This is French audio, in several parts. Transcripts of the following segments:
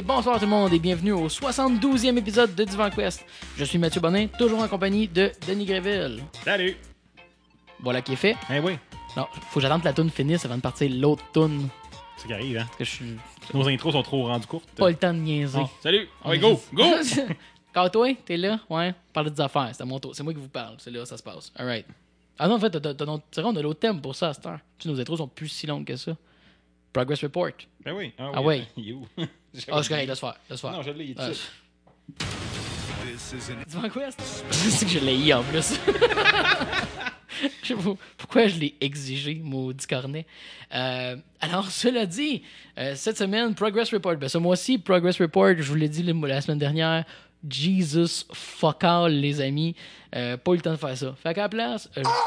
bonsoir tout le monde et bienvenue au 72e épisode de Divan Quest. Je suis Mathieu Bonin, toujours en compagnie de Denis Gréville. Salut! Voilà qui est fait. Eh oui, Non, faut que j'attende que la toune finisse avant de partir l'autre toune. c'est ce qui arrive, hein? Parce que je suis Nos intros sont trop rendues courtes. pas le temps de niaiser. Bon, salut! Ouais, go! Go! Quand toi, t'es là, ouais, parler des affaires, c'est à mon tour. C'est moi qui vous parle, c'est là, ça se passe. Alright. Ah non, en fait, c'est vrai, on a l'autre thème pour ça à cette heure. Tu sais, nos intros sont plus si longues que ça. Progress Report. Ben oui. Ah ouais. Il est où? Ah, c'est correct, laisse faire. Non, je l'ai, il est Ah, dessus. Divan Quest? C'est que je l'ai eu en plus. Je sais pas pourquoi je l'ai exigé, maudit cornet. Alors, cela dit, cette semaine, Progress Report. Ben, ce mois-ci, Progress Report, je vous l'ai dit la semaine dernière, Jesus fuck all, les amis. Pas eu le temps de faire ça. Fait qu'à la place,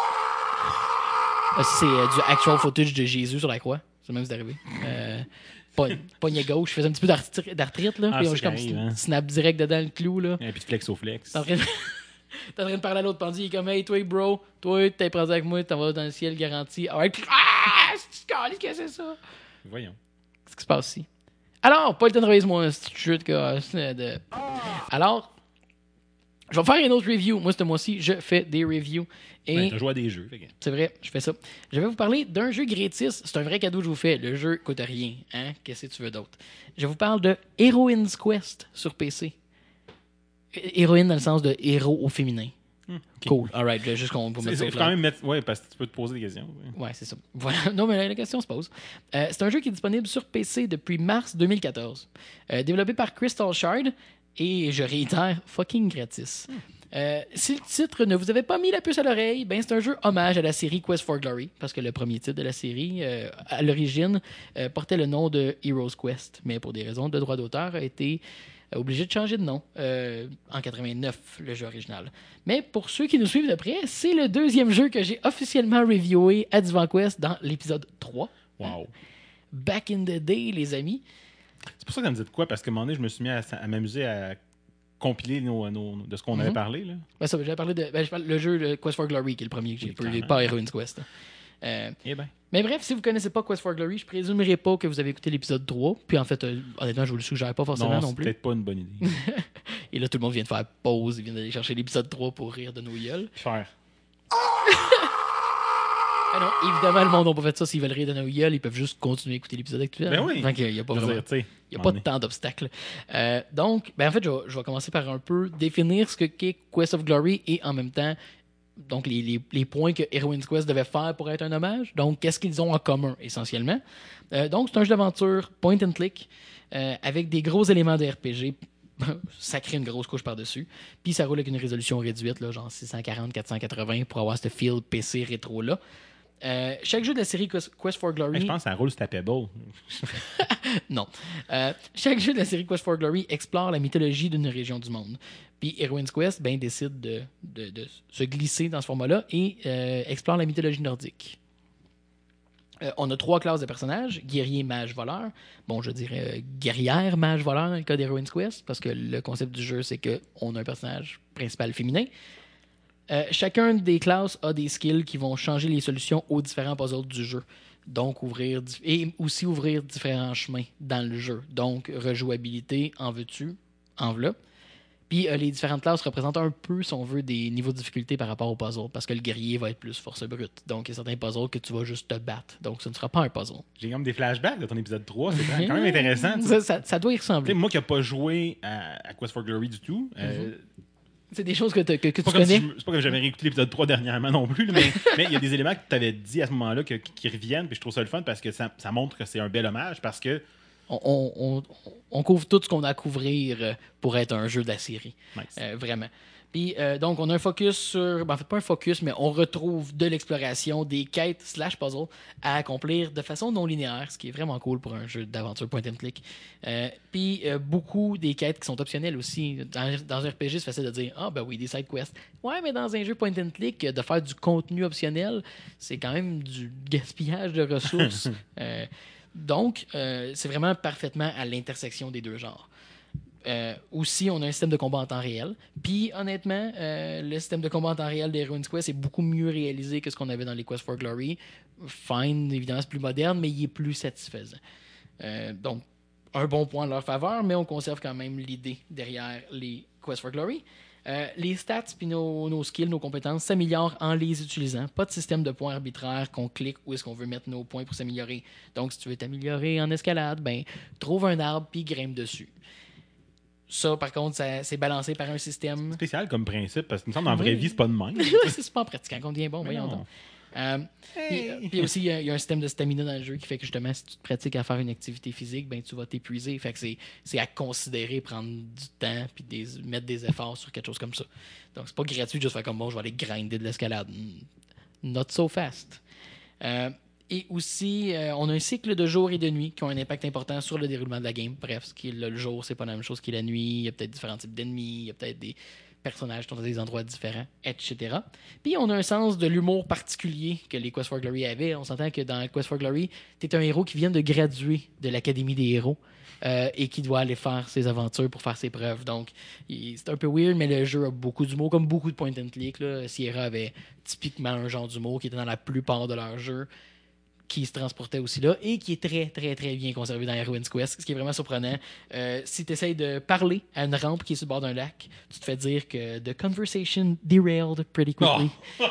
c'est du actual footage de Jésus sur la croix. C'est même d'arriver. Poignet gauche, je faisais un petit peu d'arthrite, là. Ah, Puis c'est je comme arrive, hein. snap direct dedans le clou, là. Et puis de flex au flex. T'es en train de parler à l'autre pendant, il est comme, hey, toi, bro, toi, t'es présent avec moi, t'en vas dans le ciel garanti. Ah, c'est calé, qu'est-ce que c'est ça? Voyons. Qu'est-ce qui se passe ici? Alors, pas le temps de raise moi, c'est chute, gars. Alors, je vais faire une autre review. Moi, ce mois-ci, je fais des reviews. Et Ben, t'as joué à des jeux, fait que... c'est vrai, je fais ça. Je vais vous parler d'un jeu gratis. C'est un vrai cadeau que je vous fais. Le jeu coûte rien. Hein? Qu'est-ce que tu veux d'autre? Je vous parle de Heroine's Quest sur PC. Héroïne dans le sens de héros au féminin. Okay. Cool. Alright, juste qu'on peut mettre ça au Faut clair. quand même mettre... Ouais, parce que tu peux te poser des questions. Ouais, c'est ça. Voilà. Non, mais la question se pose. C'est un jeu qui est disponible sur PC depuis mars 2014. Développé par Crystal Shard et, je réitère, fucking gratis. Si le titre ne vous avait pas mis la puce à l'oreille, ben c'est un jeu hommage à la série Quest for Glory, parce que le premier titre de la série, à l'origine, portait le nom de Heroes Quest, mais pour des raisons de droit d'auteur, a été obligé de changer de nom en 89, le jeu original. Mais pour ceux qui nous suivent de près, c'est le deuxième jeu que j'ai officiellement reviewé à Divan Quest dans l'épisode 3. Wow. Back in the day, les amis. C'est pour ça que ça me dit de quoi, parce qu'à un moment donné, je me suis mis à m'amuser à compiler de ce qu'on avait parlé, là. Ben ça, j'avais parlé de le jeu de Quest for Glory, qui est le premier que j'ai fait, pas Heroine's Quest. Eh ben. Mais bref, si vous connaissez pas Quest for Glory, je présumerai pas que vous avez écouté l'épisode 3. Puis en fait, honnêtement, je vous le suggère pas forcément non c'est plus. peut-être pas une bonne idée. Et là, tout le monde vient de faire pause, il vient d'aller chercher l'épisode 3 pour rire de nos gueules. Puis faire... Ah non, évidemment, le monde n'a pas fait ça s'ils veulent rire de nos gueules, ils peuvent juste continuer à écouter l'épisode actuel. Ben oui. Fait qu'il y a pas Je veux vraiment... dire, tu sais, Il n'y a pas de temps d'obstacle. Donc, ben en fait, je vais commencer par un peu définir ce qu'est Quest of Glory et en même temps, donc les points que Heroine's Quest devait faire pour être un hommage. Donc, qu'est-ce qu'ils ont en commun, essentiellement. Donc, c'est un jeu d'aventure point and click avec des gros éléments de RPG. Ça crée une grosse couche par-dessus. Puis, ça roule avec une résolution réduite, là, genre 640-480 pour avoir ce feel PC rétro-là. Chaque jeu de la série Quest for Glory... je pense que ça roule sur ta Pebble. Non. Chaque jeu de la série Quest for Glory explore la mythologie d'une région du monde. Puis Heroine's Quest décide de se glisser dans ce format-là et explore la mythologie nordique. On a 3 classes de personnages, guerrier, mage, voleur. Bon, je dirais guerrière, mage, voleur dans le cas d'Heroine's Quest, parce que le concept du jeu, c'est qu'on a un personnage principal féminin. Chacun des classes a des skills qui vont changer les solutions aux différents puzzles du jeu. Donc, ouvrir différents chemins dans le jeu. Donc, rejouabilité, en veux-tu, en v'là. Puis, les différentes classes représentent un peu, si on veut, des niveaux de difficulté par rapport au puzzle. Parce que le guerrier va être plus force brute. Donc, il y a certains puzzles que tu vas juste te battre. Donc, ce ne sera pas un puzzle. J'ai comme des flashbacks de ton épisode 3. C'est quand même intéressant. Ça doit y ressembler. Moi qui n'ai pas joué à Quest for Glory du tout... C'est des choses que tu connais. C'est pas que j'avais réécouté l'épisode 3 dernièrement non plus, mais il y a des éléments que tu avais dit à ce moment-là qui reviennent, puis je trouve ça le fun parce que ça montre que c'est un bel hommage, parce que... On couvre tout ce qu'on a à couvrir pour être un jeu de la série. Nice. Vraiment. Puis, donc, on a un focus sur... en fait, pas un focus, mais on retrouve de l'exploration, des quêtes / puzzles à accomplir de façon non linéaire, ce qui est vraiment cool pour un jeu d'aventure point and click. Puis, beaucoup des quêtes qui sont optionnelles aussi. Dans un RPG, c'est facile de dire « Ah, ben oui, des side quests. » Ouais, mais dans un jeu point and click, de faire du contenu optionnel, c'est quand même du gaspillage de ressources. Donc, c'est vraiment parfaitement à l'intersection des deux genres. Aussi, on a un système de combat en temps réel. Puis, honnêtement, le système de combat en temps réel d'Heroine's Quest est beaucoup mieux réalisé que ce qu'on avait dans les Quest for Glory. Fine, évidemment, c'est plus moderne, mais il est plus satisfaisant. Donc, un bon point en leur faveur, mais on conserve quand même l'idée derrière les Quest for Glory. Les stats puis nos skills, nos compétences s'améliorent en les utilisant. Pas de système de points arbitraire qu'on clique où est-ce qu'on veut mettre nos points pour s'améliorer. Donc, si tu veux t'améliorer en escalade, ben, trouve un arbre puis grimpe dessus. Ça, par contre, c'est balancé par un système. Spécial comme principe, parce que me semble en vraie vie, c'est pas de même. C'est pas en pratiquant qu'on devient bon, Mais voyons non. donc. Puis aussi, il y a un système de stamina dans le jeu qui fait que justement, si tu te pratiques à faire une activité physique, ben tu vas t'épuiser. Fait que c'est à considérer prendre du temps puis mettre des efforts sur quelque chose comme ça. Donc, c'est pas gratuit de juste faire comme bon, je vais aller grinder de l'escalade. Not so fast. Et aussi, on a un cycle de jour et de nuit qui ont un impact important sur le déroulement de la game. Bref, ce qui est le jour, c'est pas la même chose que la nuit. Il y a peut-être différents types d'ennemis, il y a peut-être des personnages qui sont dans des endroits différents, etc. Puis on a un sens de l'humour particulier que les Quest for Glory avaient. On s'entend que dans Quest for Glory, tu es un héros qui vient de graduer de l'Académie des héros et qui doit aller faire ses aventures pour faire ses preuves. Donc, c'est un peu weird, mais le jeu a beaucoup d'humour, comme beaucoup de point and click. Là. Sierra avait typiquement un genre d'humour qui était dans la plupart de leurs jeux, qui se transportait aussi là et qui est très, très, très bien conservé dans Heroine's Quest, ce qui est vraiment surprenant. Si tu essayes de parler à une rampe qui est sur le bord d'un lac, tu te fais dire que the conversation derailed pretty quickly.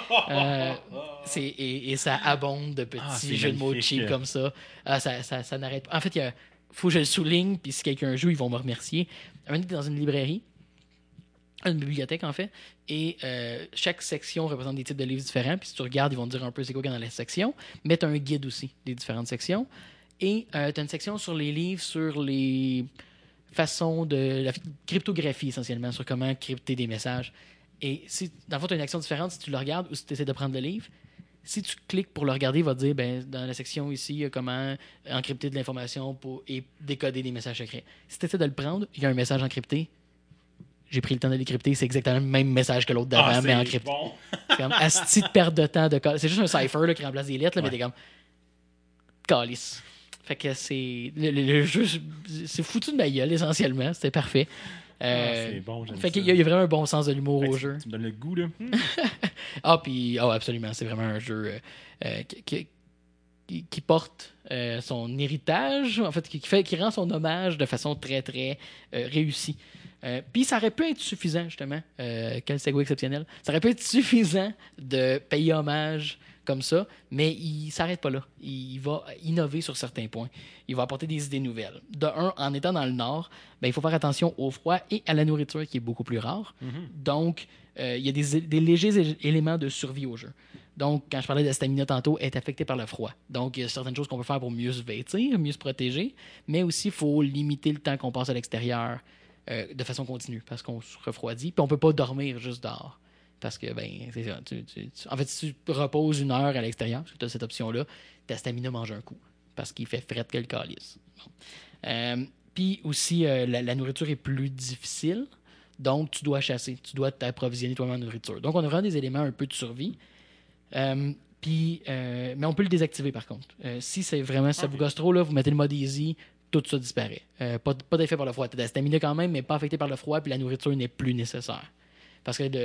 Et ça abonde de petits jeux de mots cheap comme ça. Ça n'arrête pas. En fait, il faut que je le souligne, puis si quelqu'un joue, ils vont me remercier. On est dans une librairie, une bibliothèque en fait, et chaque section représente des types de livres différents, puis si tu regardes, ils vont te dire un peu c'est quoi qu'il y a dans la section, mais tu as un guide aussi des différentes sections, et tu as une section sur les livres, sur les façons de la cryptographie essentiellement, sur comment crypter des messages. Et si, dans le fond, tu as une action différente si tu le regardes ou si tu essaies de prendre le livre. Si tu cliques pour le regarder, il va te dire, ben, dans la section ici, il y a comment encrypter de l'information et décoder des messages secrets. Si tu essaies de le prendre, il y a un message encrypté. J'ai pris le temps de l'écrypter, c'est exactement le même message que l'autre d'avant, mais encrypté. Bon. C'est comme asti de perte de temps. C'est juste un cipher là, qui remplace des lettres, là, mais t'es comme calice. Fait que c'est. Le jeu, c'est foutu de ma gueule, essentiellement. C'était parfait. C'est bon, j'aime fait ça. qu'il y a vraiment un bon sens de l'humour au jeu. Tu me donnes le goût, là. Absolument. C'est vraiment un jeu qui porte son héritage, en fait, qui rend son hommage de façon très, très réussie. Puis ça aurait pu être suffisant, justement. Quel segue exceptionnel. Ça aurait pu être suffisant de payer hommage comme ça, mais il s'arrête pas là. Il va innover sur certains points. Il va apporter des idées nouvelles. De un, en étant dans le Nord, ben, il faut faire attention au froid et à la nourriture qui est beaucoup plus rare. Donc, il y a des légers éléments de survie au jeu. Donc, quand je parlais de la stamina tantôt, elle est affectée par le froid. Donc, il y a certaines choses qu'on peut faire pour mieux se vêtir, mieux se protéger, mais aussi, il faut limiter le temps qu'on passe à l'extérieur de façon continue, parce qu'on se refroidit, puis on peut pas dormir juste dehors. Parce que, ben, c'est ça. En fait, si tu reposes 1 heure à l'extérieur, parce que tu as cette option-là, ta stamina mange un coup, parce qu'il fait fret que le calice. Bon. Puis aussi, la nourriture est plus difficile, donc tu dois chasser, tu dois t'approvisionner toi-même en nourriture. Donc, on a vraiment des éléments un peu de survie. Mais on peut le désactiver par contre. Si c'est vraiment, si ça vous gosse trop, là, vous mettez le mode easy, tout ça disparaît. Pas d'effet par le froid. Tu as de la stamina quand même, mais pas affecté par le froid, puis la nourriture n'est plus nécessaire. Parce que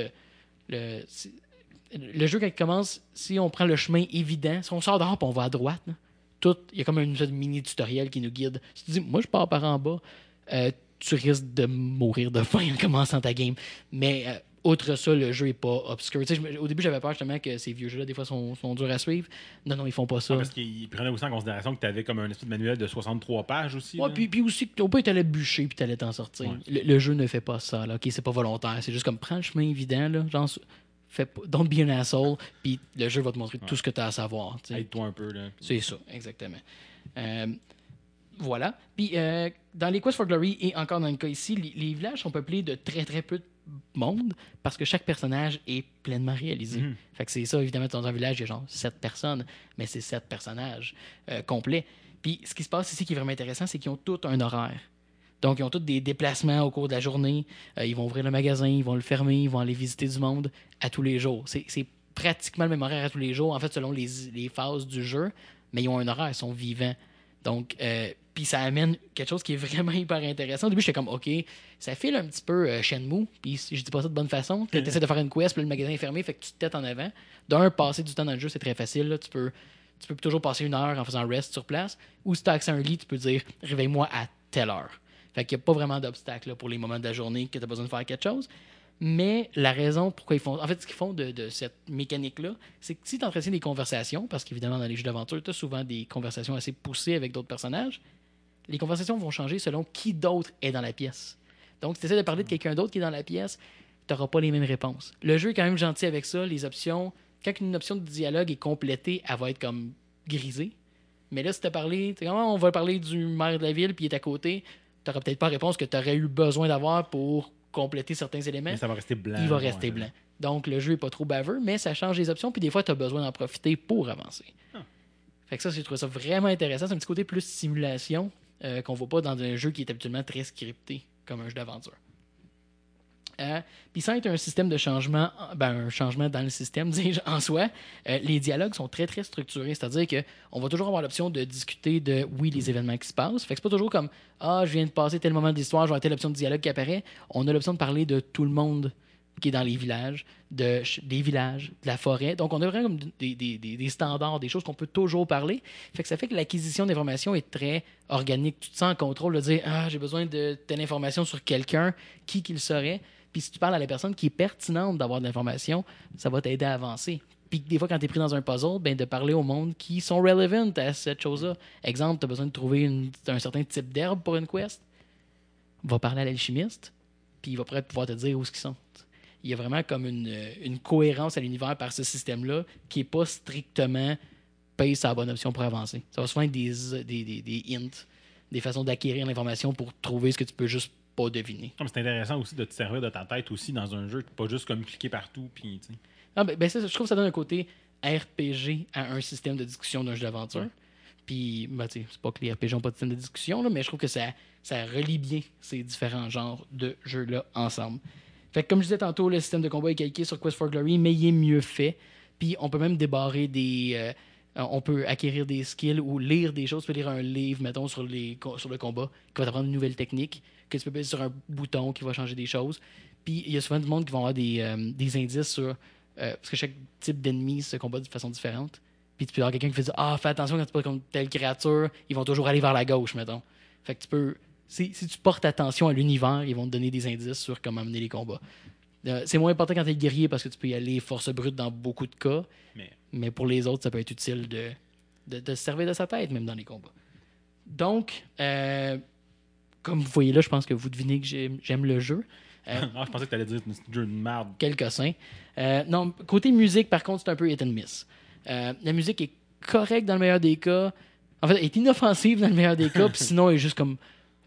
le jeu, quand il commence, si on prend le chemin évident, si on sort dehors et on va à droite, il y a comme une sorte de mini-tutoriel qui nous guide. Si tu dis, moi je pars par en bas, tu risques de mourir de faim en commençant ta game. Mais outre ça, le jeu est pas obscur. Au début, j'avais peur justement que ces vieux jeux-là, des fois, sont durs à suivre. Non, ils font pas ça. Parce qu'ils prenaient aussi en considération que tu avais comme un espèce de manuel de 63 pages aussi. Ouais, puis aussi, au pas, tu allais bûcher puis tu allais t'en sortir. Ouais. Le jeu ne fait pas ça. Là. Okay, c'est pas volontaire. C'est juste comme prends le chemin évident. Là, genre, don't be an asshole. Puis le jeu va te montrer tout ce que tu as à savoir. Aide-toi un peu. Là. C'est ça, exactement. Voilà. Puis dans les Quest for Glory et encore dans le cas ici, les villages sont peuplés de très très peu de monde parce que chaque personnage est pleinement réalisé. Fait que c'est ça, évidemment, dans un village, il y a genre 7 personnes, mais c'est 7 personnages complets. Puis ce qui se passe ici qui est vraiment intéressant, c'est qu'ils ont tous un horaire. Donc, ils ont tous des déplacements au cours de la journée. Ils vont ouvrir le magasin, ils vont le fermer, ils vont aller visiter du monde à tous les jours. C'est pratiquement le même horaire à tous les jours, en fait, selon les phases du jeu, mais ils ont un horaire, ils sont vivants. Donc, puis ça amène quelque chose qui est vraiment hyper intéressant. Au début, j'étais comme, OK, ça file un petit peu Shenmue, puis je dis pas ça de bonne façon. Tu essaies de faire une quest, puis le magasin est fermé, fait que tu te têtes en avant. D'un, passer du temps dans le jeu, c'est très facile. Là. Tu peux toujours passer 1 heure en faisant rest sur place. Ou si tu as accès à un lit, tu peux dire, réveille-moi à telle heure. Fait qu'il n'y a pas vraiment d'obstacle là, pour les moments de la journée que tu as besoin de faire quelque chose. Mais la raison pourquoi ils font... En fait, ce qu'ils font de cette mécanique-là, c'est que si tu entretiens des conversations, parce qu'évidemment, dans les jeux d'aventure, tu as souvent des conversations assez poussées avec d'autres personnages, les conversations vont changer selon qui d'autre est dans la pièce. Donc, si tu essaies de parler de quelqu'un d'autre qui est dans la pièce, tu n'auras pas les mêmes réponses. Le jeu est quand même gentil avec ça. Les options... Quand une option de dialogue est complétée, elle va être comme grisée. Mais là, si tu as parlé... On va parler du maire de la ville, puis il est à côté, tu n'auras peut-être pas la réponse que tu aurais eu besoin d'avoir pour compléter certains éléments. Mais ça va rester blanc. Il va rester blanc. Donc, le jeu n'est pas trop baveux, mais ça change les options, puis des fois, tu as besoin d'en profiter pour avancer. Fait que ça, j'ai trouvé ça vraiment intéressant. C'est un petit côté plus simulation qu'on ne voit pas dans un jeu qui est habituellement très scripté, comme un jeu d'aventure. Puis sans être un système de changement, un changement dans le système, dis-je, en soi, les dialogues sont très, très structurés. C'est-à-dire qu'on va toujours avoir l'option de discuter de, oui, les événements qui se passent. Fait que c'est pas toujours comme, je viens de passer tel moment de l'histoire, je vais avoir telle option de dialogue qui apparaît. On a l'option de parler de tout le monde qui est dans les villages, des villages, de la forêt. Donc, on a vraiment comme des standards, des choses qu'on peut toujours parler. Fait que ça fait que l'acquisition d'informations est très organique. Tu te sens en contrôle de dire, j'ai besoin de telle information sur quelqu'un, qui qu'il serait. Puis si tu parles à la personne qui est pertinente d'avoir de l'information, ça va t'aider à avancer. Puis des fois, quand tu es pris dans un puzzle, de parler au monde qui sont relevant à cette chose-là. Exemple, tu as besoin de trouver un certain type d'herbe pour une quest. Va parler à l'alchimiste, puis il va peut-être pouvoir te dire où ils sont. Il y a vraiment comme une cohérence à l'univers par ce système-là qui n'est pas strictement paye sa bonne option pour avancer. Ça va souvent être des hints, des façons d'acquérir l'information pour trouver ce que tu peux juste pas deviner. C'est intéressant aussi de te servir de ta tête aussi dans un jeu, pas juste comme cliquer partout. Puis, ça, je trouve que ça donne un côté RPG à un système de discussion d'un jeu d'aventure. Puis, c'est pas que les RPG n'ont pas de système de discussion, là, mais je trouve que ça relie bien ces différents genres de jeux-là ensemble. Fait que, comme je disais tantôt, le système de combat est calqué sur Quest for Glory, mais il est mieux fait. Puis, on peut même débarrer on peut acquérir des skills ou lire des choses. Tu peux lire un livre, mettons, sur le combat, qui va t'apprendre une nouvelle technique, que tu peux appuyer sur un bouton qui va changer des choses. Puis il y a souvent du monde qui vont avoir des indices sur... parce que chaque type d'ennemi se combat de façon différente. Puis tu peux avoir quelqu'un qui fait dire, fais attention quand tu passes contre telle créature, ils vont toujours aller vers la gauche, mettons. Fait que tu peux... Si tu portes attention à l'univers, ils vont te donner des indices sur comment mener les combats. C'est moins important quand tu es guerrier parce que tu peux y aller force brute dans beaucoup de cas. Mais pour les autres, ça peut être utile de se servir de sa tête, même dans les combats. Donc, comme vous voyez là, je pense que vous devinez que j'aime le jeu. Non, je pensais que tu allais dire un jeu de merde. Quelques-uns. Non, côté musique, par contre, c'est un peu hit and miss. La musique est correcte dans le meilleur des cas. En fait, elle est inoffensive dans le meilleur des cas, puis sinon, elle est juste comme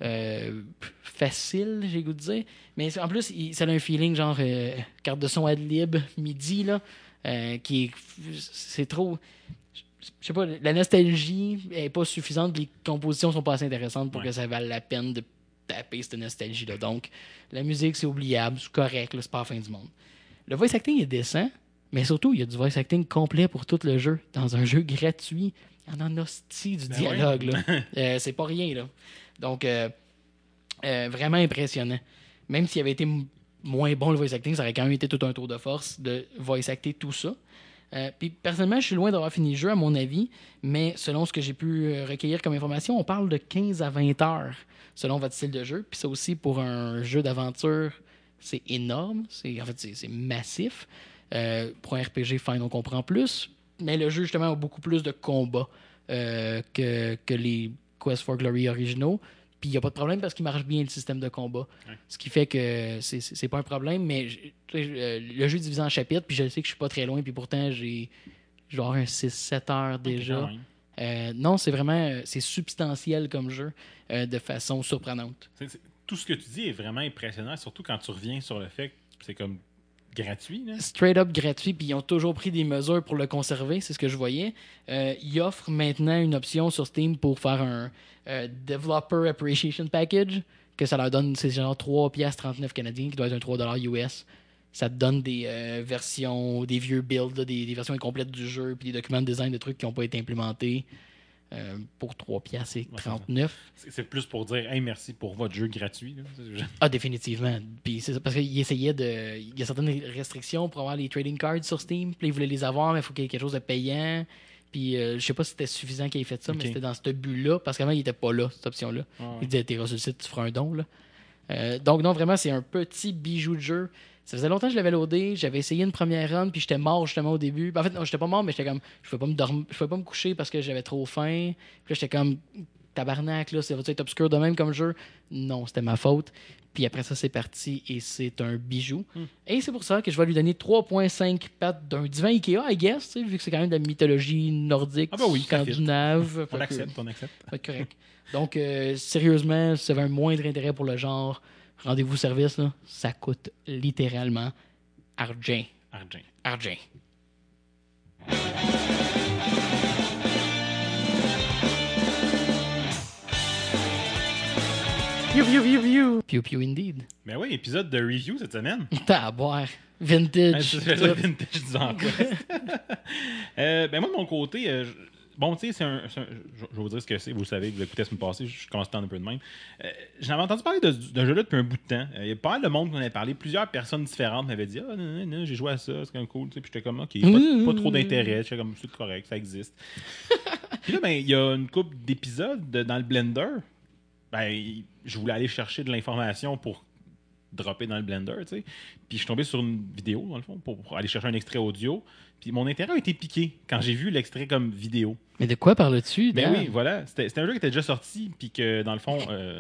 facile, j'ai le goût de dire. Mais en plus, ça a un feeling genre carte de son ad-lib, midi, là, qui est... C'est trop... Je sais pas, la nostalgie n'est pas suffisante, les compositions sont pas assez intéressantes pour que ça vaille la peine de taper cette nostalgie-là. Donc, la musique, c'est oubliable, c'est correct, là, c'est pas la fin du monde. Le voice acting est décent, mais surtout, il y a du voice acting complet pour tout le jeu. Dans un jeu gratuit, il y en a hostie du dialogue. Là. C'est pas rien, là. Donc, vraiment impressionnant. Même s'il avait été moins bon le voice acting, ça aurait quand même été tout un tour de force de voice acter tout ça. Puis personnellement, je suis loin d'avoir fini le jeu, à mon avis, mais selon ce que j'ai pu recueillir comme information, on parle de 15 à 20 heures selon votre style de jeu. Puis ça aussi, pour un jeu d'aventure, c'est énorme. C'est massif. Pour un RPG, fine, on comprend plus. Mais le jeu, justement, a beaucoup plus de combats que les Quest for Glory originaux. Puis il n'y a pas de problème parce qu'il marche bien le système de combat. Ouais. Ce qui fait que c'est pas un problème, mais le jeu est divisé en chapitres, puis je sais que je suis pas très loin, puis pourtant j'ai genre un 6-7 heures déjà. Non, c'est vraiment c'est substantiel comme jeu de façon surprenante. Tout ce que tu dis est vraiment impressionnant, surtout quand tu reviens sur le fait que c'est comme gratuit. Là. Straight up gratuit, puis ils ont toujours pris des mesures pour le conserver, c'est ce que je voyais. Ils offrent maintenant une option sur Steam pour faire un Developer Appreciation Package, que ça leur donne, c'est genre 3,39$ canadiens, qui doit être un 3$ US. Ça te donne des versions, des vieux builds, là, des versions incomplètes du jeu, puis des documents de design de trucs qui n'ont pas été implémentés. Pour 3,39$. C'est plus pour dire hey, merci pour votre jeu gratuit. Là. Définitivement. Puis c'est ça, parce qu'il essayait de. Il y a certaines restrictions pour avoir les trading cards sur Steam. Puis il voulait les avoir, mais il faut qu'il y ait quelque chose de payant. Puis je sais pas si c'était suffisant qu'il ait fait ça, Ok. mais c'était dans ce but-là, parce qu'avant, il était pas là, cette option-là. Ouais. Il disait, t'es sur le site, tu feras un don, là. Donc non, vraiment, c'est un petit bijou de jeu. Ça faisait longtemps que je l'avais loadé, j'avais essayé une première run, puis j'étais mort justement au début. Ben, en fait, non, j'étais pas mort, mais j'étais comme, je pouvais pas me coucher parce que j'avais trop faim. Puis là, j'étais comme, tabarnak, là, ça va être obscur de même comme jeu? Non, c'était ma faute. Puis après ça, c'est parti et c'est un bijou. Et c'est pour ça que je vais lui donner 3.5 pattes d'un divan Ikea, I guess, tu sais, vu que c'est quand même de la mythologie nordique, Ah bah oui, ça fit. scandinave. On Fait que- accepte, on accepte. fait que correct. Donc, sérieusement, si vous avez un moindre intérêt pour le genre, rendez-vous service, là, ça coûte littéralement argent. Argent. Argent. Pew, pew, pew, pew. Pew, pew, indeed. Ben oui, épisode de review cette semaine. T'as à boire. Vintage. C'est tout. le vintage du Quest. Ben moi, de mon côté, bon, tu sais, je vais vous dire ce que c'est. Vous le savez, vous écoutez la semaine passée, je commence à un peu de même. J'en avais entendu parler d'un jeu-là depuis un bout de temps. Il y a pas mal de monde qu'on avait parlé. Plusieurs personnes différentes m'avaient dit ah, non, j'ai joué à ça, c'est quand même cool. Tu sais, puis j'étais comme, ok, pas trop d'intérêt. J'étais comme, c'est correct, ça existe. Puis là, ben, il y a une couple d'épisodes dans le Blender. Ben, je voulais aller chercher de l'information pour dropper dans le Blender, tu sais. Puis je suis tombé sur une vidéo, dans le fond, pour aller chercher un extrait audio. Puis mon intérêt a été piqué quand j'ai vu l'extrait comme vidéo. Mais de quoi parles-tu? Ben Dan? oui, voilà. C'était un jeu qui était déjà sorti, puis que, dans le fond,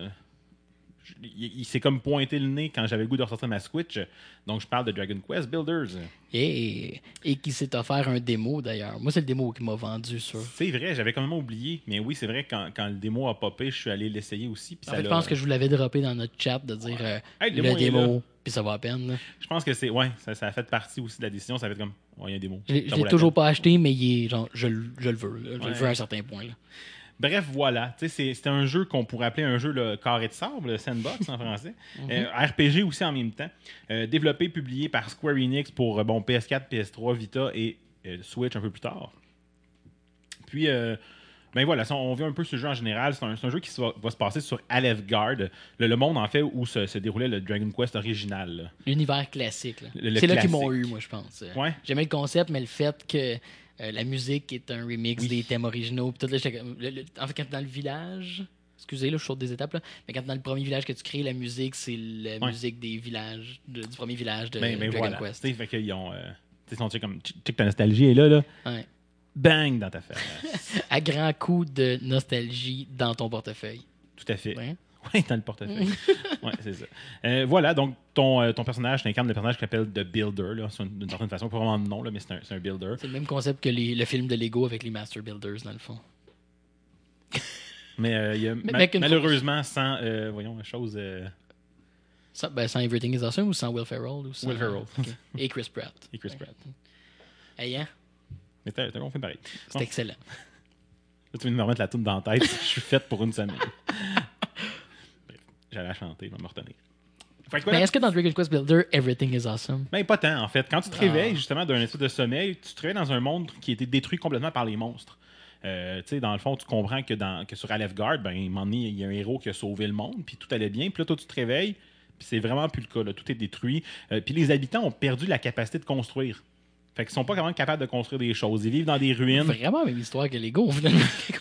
il s'est comme pointé le nez quand j'avais le goût de ressortir ma Switch. Donc, je parle de Dragon Quest Builders. Et qui s'est offert un démo, d'ailleurs. Moi, c'est le démo qui m'a vendu ça. C'est vrai, j'avais quand même oublié. Mais oui, c'est vrai, quand le démo a popé, je suis allé l'essayer aussi. Puis En ça fait, je l'a- pense que je vous l'avais droppé dans notre chat de dire Hey, le le démo est là. démo, puis ça va à peine. Là. Je pense que c'est... Ouais, ça a fait partie aussi de la décision. Ça a fait comme... Ouais, il y a un démo. Je Ça l'ai vaut la toujours peine. pas acheté, mais il est, genre, je le veux. Là. Je Ouais. le veux à un certain point. Là. Bref, voilà. Tu sais, c'était un jeu qu'on pourrait appeler un jeu le carré de sable, le sandbox en français. RPG aussi en même temps. Développé, publié par Square Enix pour PS4, PS3, Vita et Switch un peu plus tard. Puis, ben voilà, si on vient un peu sur le jeu en général. C'est un jeu qui va se passer sur Alefgard, le monde en fait où se déroulait le Dragon Quest original. Là. L'univers classique. Là. Le C'est là qu'ils classique. m'ont eu, moi, je pense. Ouais. J'aimais le concept, mais le fait que la musique est un remix Oui. des thèmes originaux. Puis tout, là, j'étais comme- en fait, quand t'es dans le village... Excusez, là, je saute des étapes, là. Mais quand t'es dans le premier village que tu crées, la musique, c'est la Ouais. musique des villages, du premier village de Ben Dragon voilà. Quest. Tu sais, fait qu'ils ont... tu sais, sont comme... Check ta nostalgie est là. Ouais. Bang dans ta face. À grands coups de nostalgie dans ton portefeuille. Tout à fait. Ouais. Oui, dans le portefeuille. Oui, c'est ça. Voilà, donc ton personnage, tu incarnes le personnage qui s'appelle The Builder, là, d'une certaine façon. Pas vraiment de nom, là, mais c'est un builder. C'est le même concept que le film de Lego avec les Master Builders, dans le fond. Mais il y a avec une malheureusement sans, voyons, chose... Sans Everything is Awesome ou sans Will Ferrell? Ou sans... Will Ferrell. Ok. Et Chris Pratt. Et Chris Pratt. Hey, hein? Mais t'as bon fait pareil. C'est Bon, excellent. là, tu viens de me remettre la toune dans la tête. Je suis faite pour une semaine. Bref, j'allais la chanter, je vais me retenir. Fait que voilà. Mais est-ce que dans Dragon Quest Builder, Everything is Awesome? Ben, pas tant, en fait. Quand tu te réveilles, justement, d'un état de sommeil, tu te réveilles dans un monde qui a été détruit complètement par les monstres. Tu sais, dans le fond, tu comprends que sur Alefgard, ben, il y a un héros qui a sauvé le monde, puis tout allait bien. Puis là, toi, tu te réveilles, puis c'est vraiment plus le cas. Là. Tout est détruit. Puis les habitants ont perdu la capacité de construire. Fait qu'ils sont pas vraiment capables de construire des choses. Ils vivent dans des ruines. Vraiment la même histoire que Lego, finalement.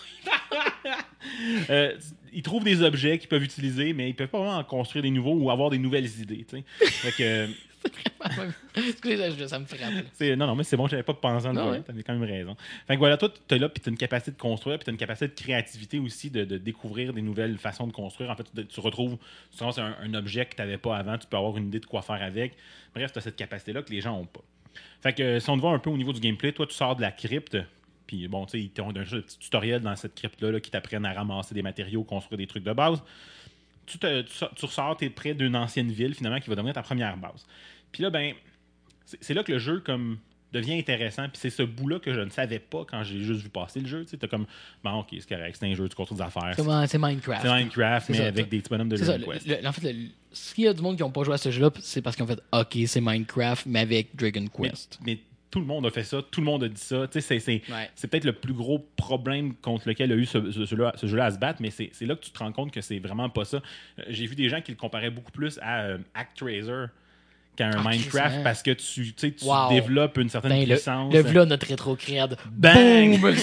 Ils trouvent des objets qu'ils peuvent utiliser, mais ils peuvent pas vraiment en construire des nouveaux ou avoir des nouvelles idées. T'sais. Fait que... Excusez, ça me frappe. Là. Non, mais c'est bon, j'avais pas pensé en Non, le ouais. T'avais quand même raison. Fait que voilà, toi, t'es là, puis t'as une capacité de construire, puis t'as une capacité de créativité aussi, de découvrir des nouvelles façons de construire. En fait, tu retrouves souvent c'est un objet que t'avais pas avant, tu peux avoir une idée de quoi faire avec. Bref, t'as cette capacité-là que les gens ont pas. Fait que si on te voit un peu au niveau du gameplay, toi, tu sors de la crypte, puis bon, tu sais, ils t'ont un petit tutoriel dans cette crypte-là qui t'apprennent à ramasser des matériaux, construire des trucs de base. Tu ressors, t'es près d'une ancienne ville, finalement, qui va devenir ta première base. Puis là, ben, c'est là que le jeu comme devient intéressant. Puis c'est ce bout-là que je ne savais pas quand j'ai juste vu passer le jeu. Tu sais, t'as comme, bon, ok, c'est correct, c'est un jeu, tu construis des affaires. C'est Minecraft. C'est Minecraft, mais ça, avec des petits bonhommes de C'est ça. Dragon Quest. En fait, s'il y a du monde qui n'ont pas joué à ce jeu-là, c'est parce qu'ils ont fait OK, c'est Minecraft, mais avec Dragon Quest. Mais tout le monde a fait ça, tout le monde a dit ça. Tu sais, Ouais. c'est peut-être le plus gros problème contre lequel il a eu ce jeu-là à se battre, mais c'est là que tu te rends compte que c'est vraiment pas ça. J'ai vu des gens qui le comparaient beaucoup plus à ActRaiser, qu'à un Minecraft crissement. parce que tu Wow. développes une certaine puissance. Le v'là notre rétro-cred. Bang! Boom!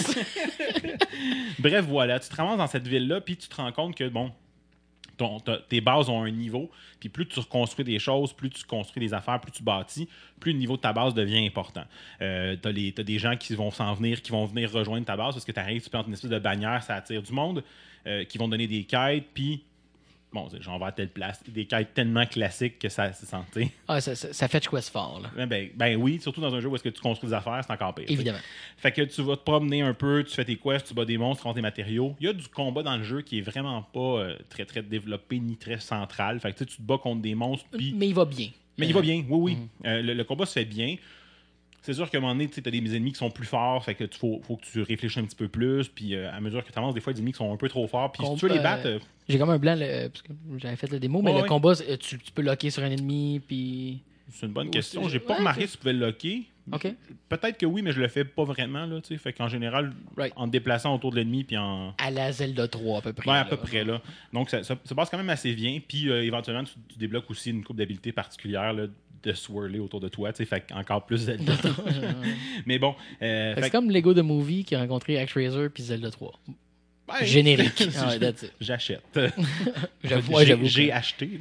Bref, voilà, tu te ramasses dans cette ville-là, puis tu te rends compte que, bon, tes bases ont un niveau, puis plus tu reconstruis des choses, plus tu construis des affaires, plus tu bâtis, plus le niveau de ta base devient important. T'as des gens qui vont s'en venir, qui vont venir rejoindre ta base parce que tu arrives, tu plantes une espèce de bannière, ça attire du monde, qui vont donner des quêtes, puis bon, j'en vais à telle place. Des quêtes tellement classiques que ça se sentait. Ah, ça fait Quest fort, là. Ben oui, surtout dans un jeu où est-ce que tu construis des affaires, c'est encore pire. Évidemment. Fait que tu vas te promener un peu, tu fais tes quests, tu bats des monstres, tu prends tes matériaux. Il y a du combat dans le jeu qui est vraiment pas très très développé ni très central. Fait que tu te bats contre des monstres. Puis... Mais il va bien. Mais il va bien, oui. Le combat se fait bien. C'est sûr qu'à un moment donné, tu as des ennemis qui sont plus forts, fait que faut que tu réfléchisses un petit peu plus, puis à mesure que tu avances, des fois, des ennemis qui sont un peu trop forts, puis si tu veux les battre... J'ai comme un blanc, parce que j'avais fait le démo, mais le combat, tu peux locker sur un ennemi, puis... C'est une bonne question. J'ai pas remarqué si tu pouvais le locker. OK. Peut-être que oui, mais je le fais pas vraiment, là, tu sais. Fait qu'en général, en te déplaçant autour de l'ennemi, puis en... À la Zelda 3, à peu près. Ouais, à peu près, là. Donc, ça passe quand même assez bien, puis éventuellement, tu débloques aussi une coupe d'habilités particulières, là, de swirler autour de toi, tu sais, fait encore plus Zelda. Mais bon. C'est comme Lego The Movie qui a rencontré ActRaiser puis Zelda 3. Ouais, générique. J'achète. J'avoue. J'ai acheté.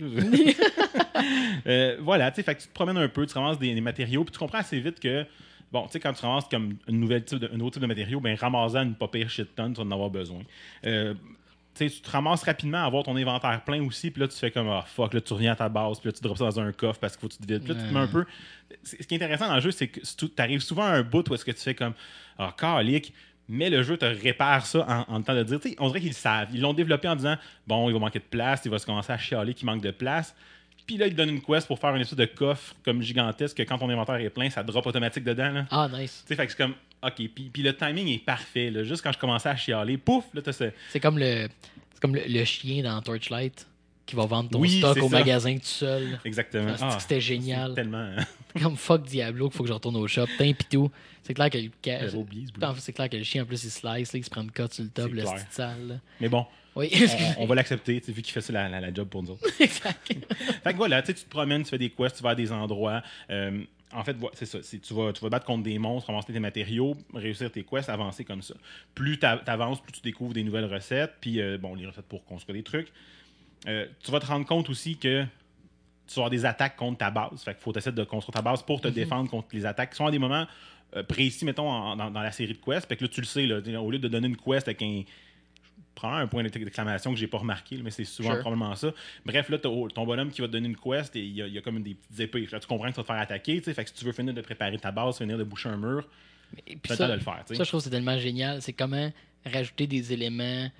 Voilà, tu sais, fait que tu te promènes un peu, tu ramasses des matériaux, puis tu comprends assez vite que, bon, tu sais, quand tu ramasses comme un autre type de matériaux, ben ramassant une pas pire shit tonne, tu vas en avoir besoin. Tu te ramasses rapidement à avoir ton inventaire plein aussi, puis là, tu fais comme, ah, fuck, là, tu reviens à ta base, puis là, tu drops ça dans un coffre parce qu'il faut que tu te vides. Puis là, tu te mets un peu. Ce qui est intéressant dans le jeu, c'est que tu arrives souvent à un bout où est-ce que tu fais comme, ah, calique, mais le jeu te répare ça en temps de dire. T'sais, on dirait qu'ils le savent. Ils l'ont développé en disant, bon, il va manquer de place, il va se commencer à chialer qu'il manque de place. Puis là, ils te donnent une quest pour faire une espèce de coffre comme gigantesque que quand ton inventaire est plein, ça drop automatique dedans. Là. Ah, nice. Fait que c'est comme, OK, puis le timing est parfait. Là. Juste quand je commençais à chialer, pouf, là, t'as ça. C'est comme le chien dans Torchlight qui va vendre ton stock au magasin tout seul. Exactement. C'était génial. Tellement. Comme fuck Diablo, qu'il faut que je retourne au shop. Pis tout. C'est clair que c'est clair que le chien, en plus, il slice, là, il se prend une cote sur le top, le style sale. Là. Mais bon. Oui. on va l'accepter, vu qu'il fait ça la job pour nous autres. Exact. Fait que voilà, tu te promènes, tu fais des quests, tu vas à des endroits. En fait, c'est ça. Tu vas battre contre des monstres, ramasser tes matériaux, réussir tes quests, avancer comme ça. Plus tu avances, plus tu découvres des nouvelles recettes, puis les recettes pour construire des trucs. Tu vas te rendre compte aussi que tu vas avoir des attaques contre ta base. Fait qu'il faut essayer de construire ta base pour te défendre contre les attaques qui sont à des moments précis, mettons, dans la série de quests. Fait que là, tu le sais, là, au lieu de donner une quest avec un point d'exclamation que j'ai pas remarqué, mais c'est souvent probablement ça. Bref, là, ton bonhomme qui va te donner une quest et il y a comme des petites épées. Là, tu comprends que tu vas te faire attaquer. Fait que si tu veux finir de préparer ta base, finir de boucher un mur, tu as le temps de le faire. Ça, je trouve que c'est tellement génial. C'est comment rajouter des éléments...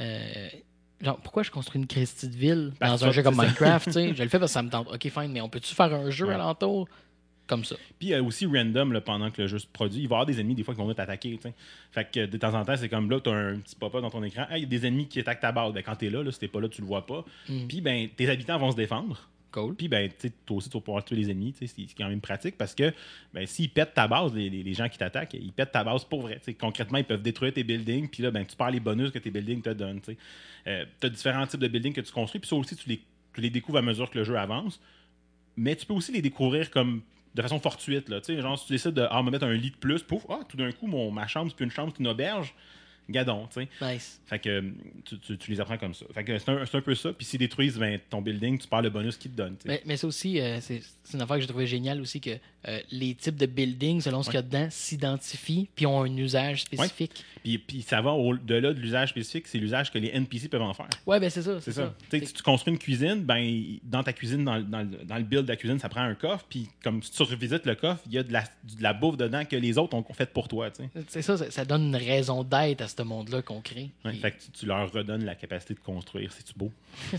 Genre, pourquoi je construis une Christie de ville dans un jeu comme Minecraft, tu sais? Je le fais parce que ça me tente. OK, fine, mais on peut-tu faire un jeu alentour comme ça? Puis il y a aussi random, là, pendant que le jeu se produit, il va y avoir des ennemis des fois qui vont venir t'attaquer, tu sais. Fait que de temps en temps, c'est comme là, tu as un petit pop-up dans ton écran. Il y a des ennemis qui attaquent ta base. Ben, quand tu es là, si t'es pas là, tu le vois pas. Puis ben, tes habitants vont se défendre. Cool. Puis ben, toi aussi, tu vas pouvoir tuer les ennemis, c'est quand même pratique parce que ben, s'ils pètent ta base, les gens qui t'attaquent, ils pètent ta base pour vrai. T'sais. Concrètement, ils peuvent détruire tes buildings, puis là, ben, tu perds les bonus que tes buildings te donnent. Tu as différents types de buildings que tu construis, puis ça aussi, tu les découvres à mesure que le jeu avance. Mais tu peux aussi les découvrir comme de façon fortuite. Là, genre, si tu décides de me mettre un lit de plus, pouf, tout d'un coup, ma chambre, c'est plus une chambre, c'est une auberge. Gadon, tu sais. Nice. Fait que tu les apprends comme ça. Fait que c'est un peu ça. Puis s'ils détruisent ton building, tu perds le bonus qu'ils te donnent. Mais ça aussi, c'est une affaire que j'ai trouvé géniale aussi, que les types de buildings, selon ce qu'il y a dedans, s'identifient puis ont un usage spécifique. Puis ça va au-delà de l'usage spécifique, c'est l'usage que les NPC peuvent en faire. Ouais, ben c'est ça. C'est ça. Si tu construis une cuisine, ben dans ta cuisine, dans le build de la cuisine, ça prend un coffre. Puis comme si tu revisites le coffre, il y a de la bouffe dedans que les autres ont fait pour toi. T'sais. C'est ça donne une raison d'être à ce monde-là qu'on crée. Ouais, fait que tu leur redonnes la capacité de construire. C'est-tu beau?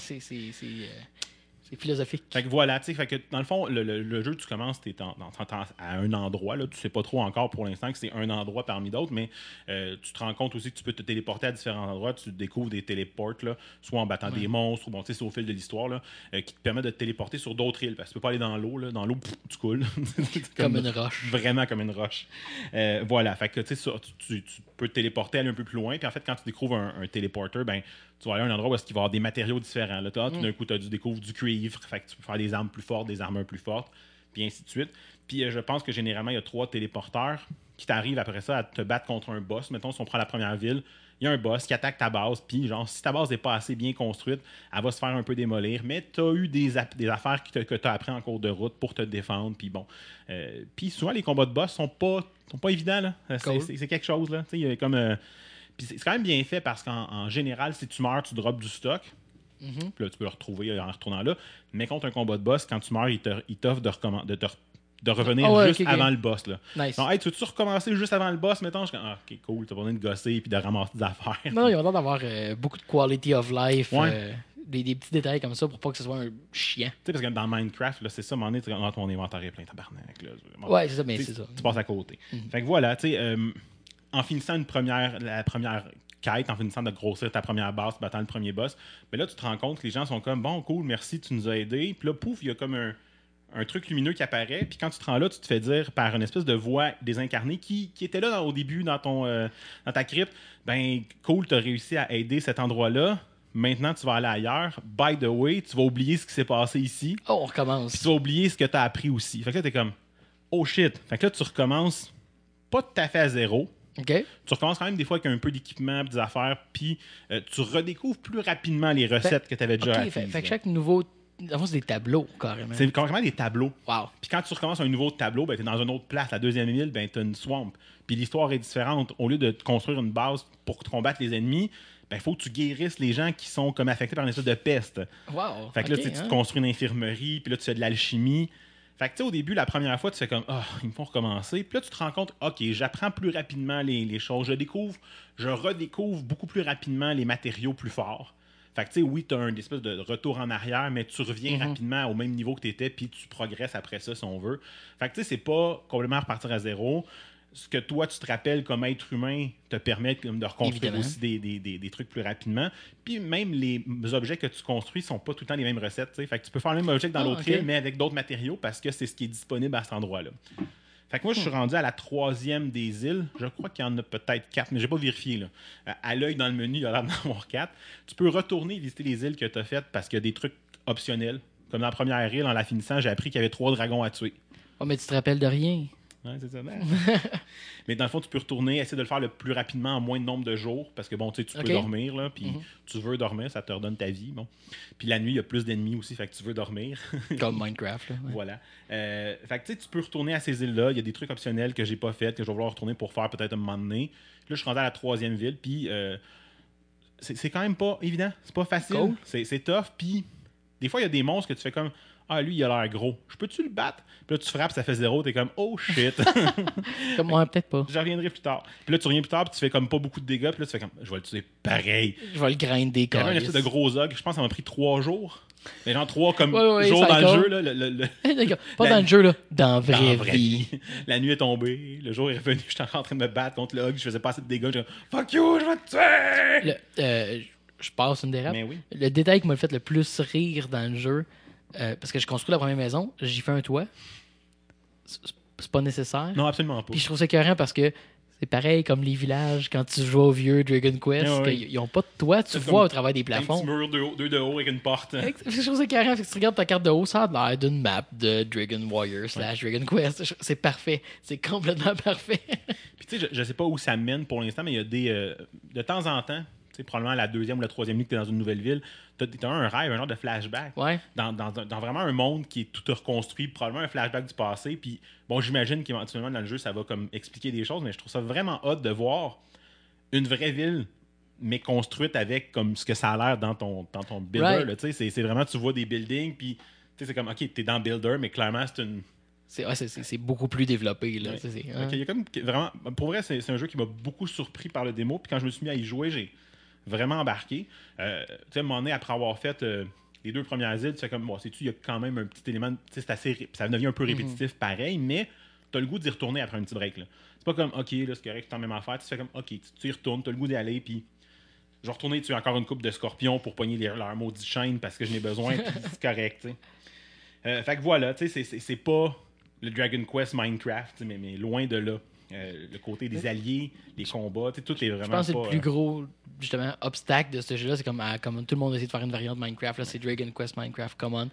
C'est philosophique. Fait que voilà, tu sais, fait que dans le fond, le jeu, tu commences, tu es à un endroit, là, tu sais pas trop encore pour l'instant que c'est un endroit parmi d'autres, mais tu te rends compte aussi que tu peux te téléporter à différents endroits, tu découvres des téléports, là, soit en battant des monstres, ou bon, tu sais, c'est au fil de l'histoire, là, qui te permet de te téléporter sur d'autres îles, parce que tu peux pas aller dans l'eau, là, dans l'eau, tu coules. comme une roche. Vraiment comme une roche. Voilà, fait que tu sais, tu peux te téléporter, aller un peu plus loin, puis en fait, quand tu découvres un téléporteur, ben tu vas aller à un endroit où il va y avoir des matériaux différents. Là, tout d'un coup, tu découvres du cuivre, fait que tu peux faire des armes plus fortes, des armures plus fortes. puis ainsi de suite. Puis je pense que généralement, il y a 3 téléporteurs qui t'arrivent après ça à te battre contre un boss. Mettons, si on prend la première ville, il y a un boss qui attaque ta base, puis genre, si ta base n'est pas assez bien construite, elle va se faire un peu démolir, mais tu as eu des affaires que tu as appris en cours de route pour te défendre, puis bon. Puis souvent, les combats de boss sont pas évidents, là. Cool. C'est quelque chose, là. Tu sais, il y a comme... Puis c'est quand même bien fait parce qu'en général, si tu meurs, tu drops du stock. Puis là, tu peux le retrouver en retournant là. Mais contre un combat de boss, quand tu meurs, il t'offre de revenir juste avant le boss. Là. Nice. Donc, hey, tu veux-tu recommencer juste avant le boss, mettons? Je suis comme, ok, cool, t'as pas besoin de gosser puis de ramasser des affaires. Non, il y a l'air d'avoir beaucoup de quality of life, des petits détails comme ça pour pas que ce soit un chiant. Tu sais, parce que dans Minecraft, là, c'est ça, à un moment donné, tu dis, ton inventaire est plein, tabarnak. Là. Ouais, c'est ça, mais c'est ça. Tu passes à côté. Fait que voilà, tu sais, en finissant la première quête, en finissant de grossir ta première base, battant le premier boss, mais là, tu te rends compte que les gens sont comme, bon, cool, merci, tu nous as aidés. Puis là, pouf, il y a comme un truc lumineux qui apparaît. Puis quand tu te rends là, tu te fais dire par une espèce de voix désincarnée qui était là au début dans ta crypte, ben, cool, tu as réussi à aider cet endroit-là. Maintenant, tu vas aller ailleurs. By the way, tu vas oublier ce qui s'est passé ici. Oh, on recommence. Puis tu vas oublier ce que tu as appris aussi. Fait que là, tu es comme, oh shit. Fait que là, tu recommences pas tout à fait à zéro. OK. Tu recommences quand même des fois avec un peu d'équipement, des affaires, puis tu redécouvres plus rapidement les recettes que tu avais déjà apprises. Fait que chaque nouveau... En fait, c'est des tableaux, carrément. C'est carrément des tableaux. Wow. Puis quand tu recommences un nouveau tableau, ben, tu es dans une autre place. La deuxième ville, ben, tu as une swamp. Puis l'histoire est différente. Au lieu de te construire une base pour combattre les ennemis, ben, il faut que tu guérisses les gens qui sont comme affectés par une espèce de peste. Wow. Fait que là, tu te construis une infirmerie, puis là, tu fais de l'alchimie. Fait que, tu sais, au début, la première fois, tu fais comme, ils me font recommencer. Puis là, tu te rends compte, OK, j'apprends plus rapidement les choses. Je redécouvre beaucoup plus rapidement les matériaux plus forts. Fait que, tu sais, oui, tu as un espèce de retour en arrière, mais tu reviens rapidement au même niveau que tu étais, puis tu progresses après ça, si on veut. Fait que, tu sais, c'est pas complètement repartir à zéro. Ce que toi, tu te rappelles comme être humain te permet de reconstruire aussi des trucs plus rapidement. Puis même les objets que tu construis sont pas tout le temps les mêmes recettes. T'sais. Fait que tu peux faire le même objet que dans l'autre île, mais avec d'autres matériaux parce que c'est ce qui est disponible à cet endroit-là. Fait que moi, je suis rendu à la 3e des îles. Je crois qu'il y en a peut-être 4, mais j'ai pas vérifié. Là. À l'œil dans le menu, il y a l'air d'en avoir 4. Tu peux retourner visiter les îles que tu as faites parce qu'il y a des trucs optionnels. Comme dans la première île, en la finissant, j'ai appris qu'il y avait 3 dragons à tuer. Oh, mais tu te rappelles de rien. Ouais, c'est ça. Mais dans le fond, tu peux retourner, essayer de le faire le plus rapidement en moins de nombre de jours, parce que bon, tu sais, tu peux dormir, là, puis tu veux dormir, ça te redonne ta vie. Bon. Puis la nuit, il y a plus d'ennemis aussi, fait que tu veux dormir. Comme Minecraft. Là, Voilà. Fait que tu sais, tu peux retourner à ces îles-là. Il y a des trucs optionnels que j'ai pas fait, que je vais vouloir retourner pour faire peut-être un moment donné. Là, je suis rendu à la 3e ville, puis c'est quand même pas évident. C'est pas facile. Cool. C'est tough, puis des fois, il y a des monstres que tu fais comme... Ah, lui, il a l'air gros. Je peux-tu le battre? Puis là, tu frappes, ça fait 0. T'es comme, oh shit. Comme moi, peut-être pas. Je reviendrai plus tard. Puis là, tu reviens plus tard, puis tu fais comme pas beaucoup de dégâts. Puis là, tu fais comme, je vais le tuer pareil. Je vais le grinder Il y avait un espèce de gros ogre. Je pense que ça m'a pris 3 jours. Mais genre 3 comme jours dans le jeu. Là, pas dans le jeu, là. Dans vraie vie. La nuit est tombée. Le jour est revenu. J'étais encore en train de me battre contre le ogre. Je faisais pas assez de dégâts. Je dis, fuck you, je vais te tuer! Je passe une dérape. Mais oui. Le détail qui m'a fait le plus rire dans le jeu, parce que je construis la première maison, j'y fais un toit. C'est pas nécessaire. Non, absolument pas. Puis je trouve ça écœurant parce que c'est pareil comme les villages quand tu joues au vieux Dragon Quest, qu'ils n'ont pas de toit, tu vois au travers des plafonds. Un petit mur 2 de haut avec une porte. Je trouve ça écœurant. Si tu regardes ta carte de haut, ça a l'air d'une map de Dragon Warrior / Dragon Quest. C'est parfait. C'est complètement parfait. Puis tu sais, je sais pas où ça mène pour l'instant, mais il y a des... de temps en temps, probablement la 2e ou la 3e nuit que tu es dans une nouvelle ville, tu as un rêve, un genre de flashback. Ouais. Dans vraiment un monde qui est tout reconstruit, probablement un flashback du passé. Puis bon, j'imagine qu'éventuellement dans le jeu, ça va comme expliquer des choses, mais je trouve ça vraiment hot de voir une vraie ville, mais construite avec comme ce que ça a l'air dans ton builder. Right. C'est vraiment, tu vois des buildings, puis c'est comme, OK, tu es dans builder, mais clairement, c'est une... C'est beaucoup plus développé. Là. Ouais. Il y a comme vraiment, pour vrai, c'est un jeu qui m'a beaucoup surpris par le démo. Puis quand je me suis mis à y jouer, j'ai vraiment embarqué. Tu sais, à un moment donné, après avoir fait les 2 premières îles, tu fais comme, bon, sais-tu, il y a quand même un petit élément, c'est assez, ça devient un peu répétitif pareil, mais tu as le goût d'y retourner après un petit break. C'est pas comme, OK, là, c'est correct, c'est en même affaire. Tu fais comme, OK, tu y retournes, tu as le goût d'y aller, puis je vais retourner tuer encore une coupe de scorpions pour pogner leur maudit chaîne parce que je n'ai besoin, puis c'est correct, tu sais. Fait que voilà, tu sais, c'est pas le Dragon Quest Minecraft, mais loin de là. Le côté des alliés, les combats, tout est vraiment. Je pense que c'est le plus gros justement obstacle de ce jeu-là. C'est comme tout le monde essaie de faire une variante Minecraft. Là, c'est Dragon Quest Minecraft Common.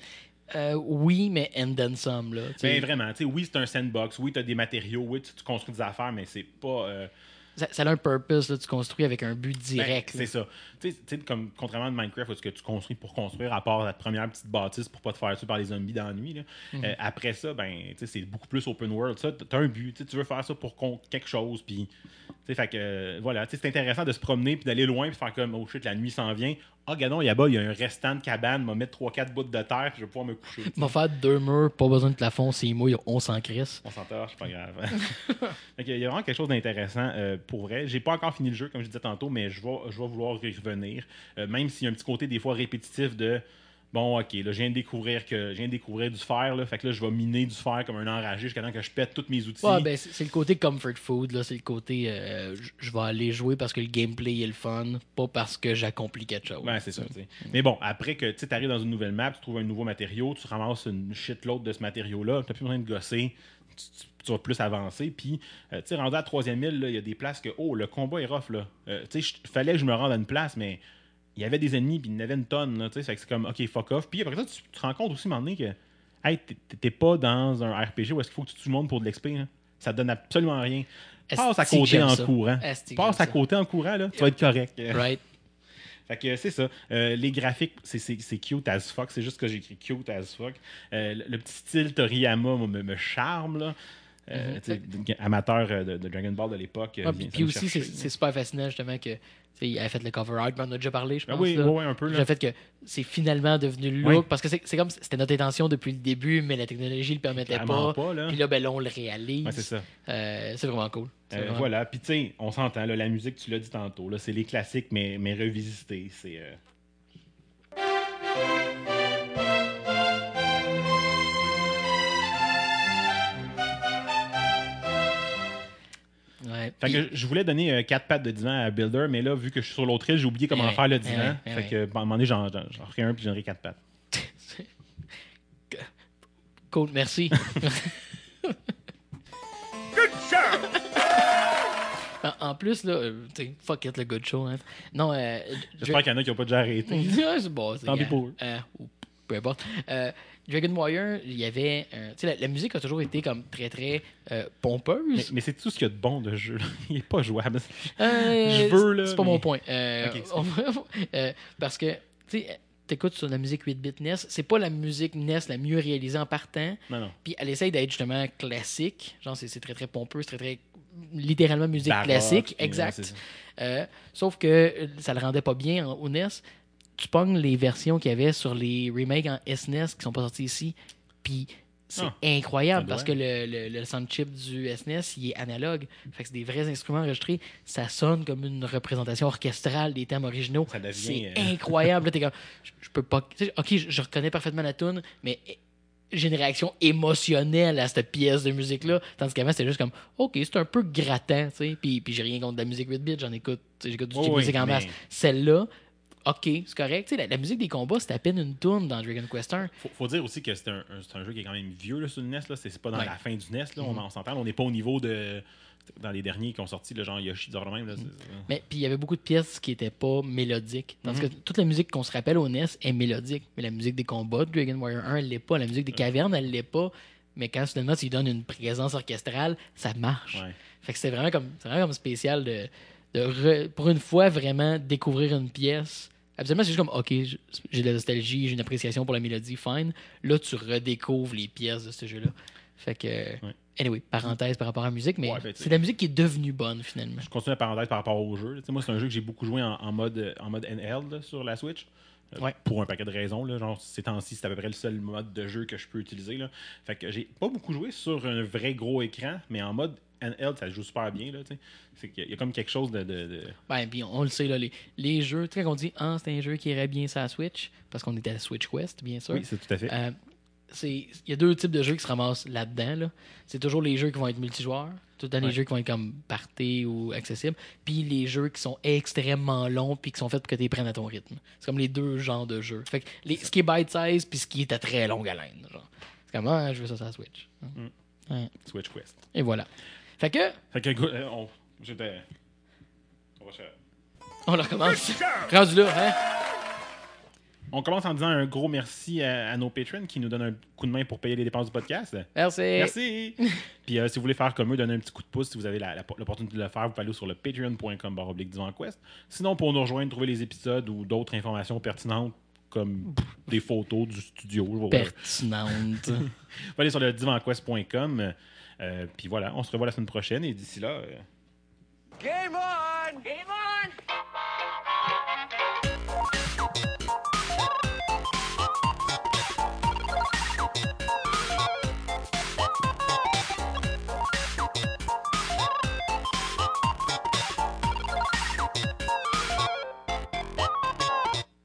Oui, mais and then some, là. Ben vraiment, tu sais, oui, c'est un sandbox, oui, tu as des matériaux, oui, tu construis des affaires, mais c'est pas. Ça a un purpose, là, tu construis avec un but Ben, direct. c'est ça. Tu sais, comme contrairement à Minecraft, où est-ce que tu construis pour construire, à part la première petite bâtisse pour pas te faire tuer par les zombies dans la nuit. Là. Après ça, ben, tu sais, c'est beaucoup plus open world. Ça, t'as un but, tu veux faire ça pour quelque chose, puis. Fait que voilà, c'est intéressant de se promener puis d'aller loin puis faire comme oh shit, la nuit s'en vient. Ah, gadon, là-bas, il y a un restant de cabane, m'a mettre 3-4 bouts de terre puis je vais pouvoir me coucher. M'a fait 2 murs, pas besoin de plafond, c'est mouille, on s'en crisse. On s'entorche, c'est pas grave. Fait il y a vraiment quelque chose d'intéressant pour vrai. J'ai pas encore fini le jeu, comme je disais tantôt, mais je vais vouloir y revenir. Même s'il y a un petit côté des fois répétitif de bon, ok, là, je viens de découvrir du fer, là, fait que là, je vais miner du fer comme un enragé jusqu'à temps que je pète tous mes outils. Ouais, ben, c'est le côté comfort food, là, c'est le côté je vais aller jouer parce que le gameplay est le fun, pas parce que j'accomplis quelque chose. Ouais, c'est ça. Mais bon, après que tu arrives dans une nouvelle map, tu trouves un nouveau matériau, tu ramasses une shitload de ce matériau-là, tu n'as plus besoin de gosser, tu vas plus avancer. Puis, tu sais, rendu à la 3e île, il y a des places que, oh, le combat est rough, là. Tu sais, fallait que je me rende à une place, mais il y avait des ennemis, puis il y en avait une tonne, là, tu sais, c'est comme, ok, fuck off. Puis après ça, tu te rends compte aussi, à un moment donné, que, hey, t'es pas dans un RPG où est-ce qu'il faut que tu tues tout le monde pour de l'XP, hein. Ça te donne absolument rien. Passe à côté en courant. Passe à côté en courant, là, tu vas être correct. Right. Fait que c'est ça. Les graphiques, c'est cute as fuck. C'est juste que j'ai écrit cute as fuck. Le petit style Toriyama me charme, là. Amateur de Dragon Ball de l'époque. Puis aussi, c'est super fascinant, justement, que il avait fait le cover art, mais on en a déjà parlé, je pense. Oui, là. Oui, un peu. Le fait que c'est finalement devenu le look, parce que c'est comme c'était notre intention depuis le début, mais la technologie le permettait pas. Puis là, on le réalise. Ouais, c'est ça. C'est vraiment cool. Voilà. Puis tu sais, on s'entend, la musique, tu l'as dit tantôt, là, c'est les classiques, mais revisités. C'est. Ouais. Fait que je voulais donner 4 pattes de divan à Builder, mais là, vu que je suis sur l'autre île, j'ai oublié comment faire le divan. Fait que, à un moment donné, j'en ferai un puis j'en aurai 4 pattes. Cool, merci. Good job! En plus, là, fuck it, le good show. Hein. Non, J'espère qu'il y en a qui n'ont pas déjà arrêté. C'est bon, tant pis pour eux. Peu importe. Dragon Warrior, il y avait. La musique a toujours été comme très, très pompeuse. Mais c'est tout ce qu'il y a de bon de jeu. Il est pas jouable. Je veux, là. C'est pas mon point. Okay, parce que, tu sais, t'écoutes sur la musique 8-bit NES, c'est pas la musique NES la mieux réalisée en partant. Non. Puis elle essaye d'être justement classique. Genre, c'est très, très pompeux, c'est très, très. Littéralement musique baroque, classique. Exact. Sauf que ça le rendait pas bien au NES. Tu pognes les versions qu'il y avait sur les remakes en SNES qui sont pas sortis ici, puis c'est incroyable parce que le sound chip du SNES, il est analogue. Fait que c'est des vrais instruments enregistrés. Ça sonne comme une représentation orchestrale des thèmes originaux. C'est incroyable. Là, t'es comme, je peux pas... OK, je reconnais parfaitement la tune, mais j'ai une réaction émotionnelle à cette pièce de musique-là. Tandis qu'avant, c'était juste comme, OK, c'est un peu grattant, tu sais. Puis j'ai rien contre la musique 8-bit, j'écoute du musique en masse. Celle-là, OK, c'est correct. La musique des combats, c'est à peine une tourne dans Dragon Quest 1. Faut dire aussi que c'est un jeu qui est quand même vieux là, sur le NES. Là. C'est pas dans la fin du NES. Là. On s'entend. On n'est pas au niveau de... Dans les derniers qui ont sorti, le genre Yoshi, même. Là, mais puis il y avait beaucoup de pièces qui n'étaient pas mélodiques. Tandis que toute la musique qu'on se rappelle au NES est mélodique. Mais la musique des combats de Dragon Warrior 1, elle l'est pas. La musique des cavernes, elle l'est pas. Mais quand soudainement, tu lui donnes une présence orchestrale, ça marche. Ouais. Fait que c'est vraiment comme spécial pour une fois, vraiment découvrir une pièce. Absolument, c'est juste comme, OK, j'ai de la nostalgie, j'ai une appréciation pour la mélodie, fine. Là, tu redécouvres les pièces de ce jeu-là. Fait que, anyway, parenthèse par rapport à la musique, mais c'est la musique qui est devenue bonne, finalement. Je continue la parenthèse par rapport au jeu. Moi, c'est un jeu que j'ai beaucoup joué en mode handheld là, sur la Switch. Pour un paquet de raisons. Là. Genre, ces temps-ci, c'est à peu près le seul mode de jeu que je peux utiliser. Là. Fait que j'ai pas beaucoup joué sur un vrai gros écran, mais en mode handheld, ça joue super bien. Là, c'est qu'il y a comme quelque chose de... Ben, puis on le sait, là, les jeux, quand on dit « c'est un jeu qui irait bien sur la Switch », parce qu'on était à Switch Quest, bien sûr. Oui, c'est tout à fait. Il y a deux types de jeux qui se ramassent là-dedans. Là. C'est toujours les jeux qui vont être multijoueurs, tout le temps les jeux qui vont être comme party ou accessibles, puis les jeux qui sont extrêmement longs puis qui sont faits pour que tu les prennes à ton rythme. C'est comme les deux genres de jeux. Fait que ce qui est bite-size puis ce qui est à très longue haleine. Genre. C'est comme, je veux ça sur la Switch. Switch Quest. Et voilà. Fait que on le recommence. Rendu là, hein? On commence en disant un gros merci à nos patrons qui nous donnent un coup de main pour payer les dépenses du podcast. Merci. Puis si vous voulez faire comme eux, donner un petit coup de pouce, si vous avez l'opportunité de le faire, vous pouvez aller sur le patreon.com/DivanQuest. Sinon, pour nous rejoindre, trouver les épisodes ou d'autres informations pertinentes, comme des photos du studio. Pertinente. Vous pouvez aller sur le divanquest.com. Puis voilà, on se revoit la semaine prochaine et d'ici là... Game on!